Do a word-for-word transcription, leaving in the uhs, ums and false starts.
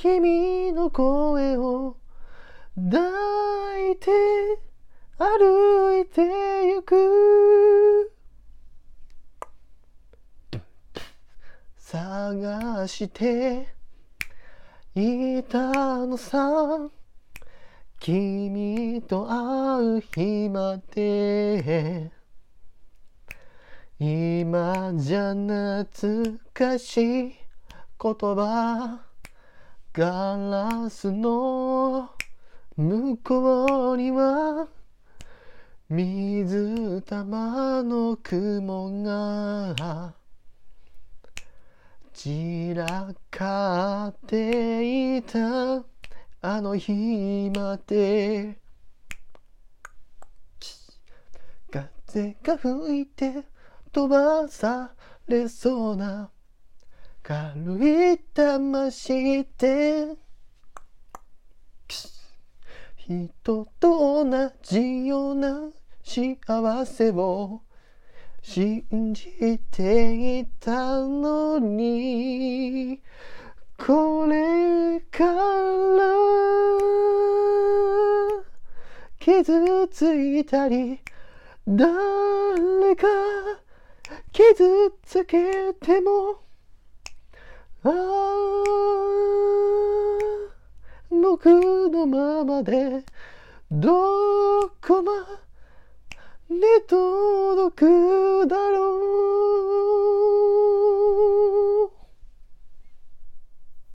君の声を抱いて歩いてゆく。探していたのさ、君と会う日まで。今じゃ懐かしい言葉、ガラスの向こうには水玉の雲が散らかっていた。あの日まで風が吹いて飛ばされそうな軽い魂で、人と同じような幸せを信じていたのに、これから傷ついたり誰か傷つけても、ああ僕のままでどこまで届くだろう。